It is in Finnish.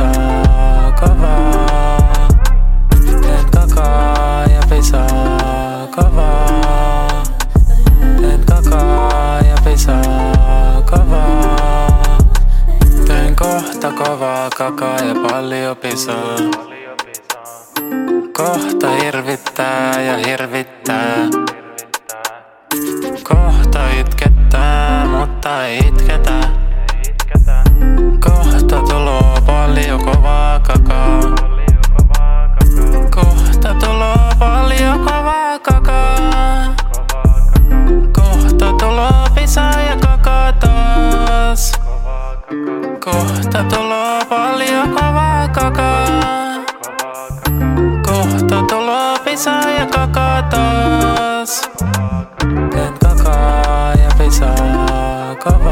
pisaa kovaa. Teen kakaa ja pisaa kovaa. Teen kakaa ja pisaa kovaa. Teen kohta kovaa kakaa ja paljon pisaa. Kohta hirvittää ja hirvittää. Kohta itkettää, mutta ei itketä. Kohta tuloo paljon kovaa kakaa. Kohta tuloo paljon kovaa kakaa. Kohta tuloo pisaa ja kakaa taas. Kohta tuloo paljon kovaa kakaa. Kohta tuloo pisaa ja kakaa taas. Teen kakaa ja pisaa kovaa.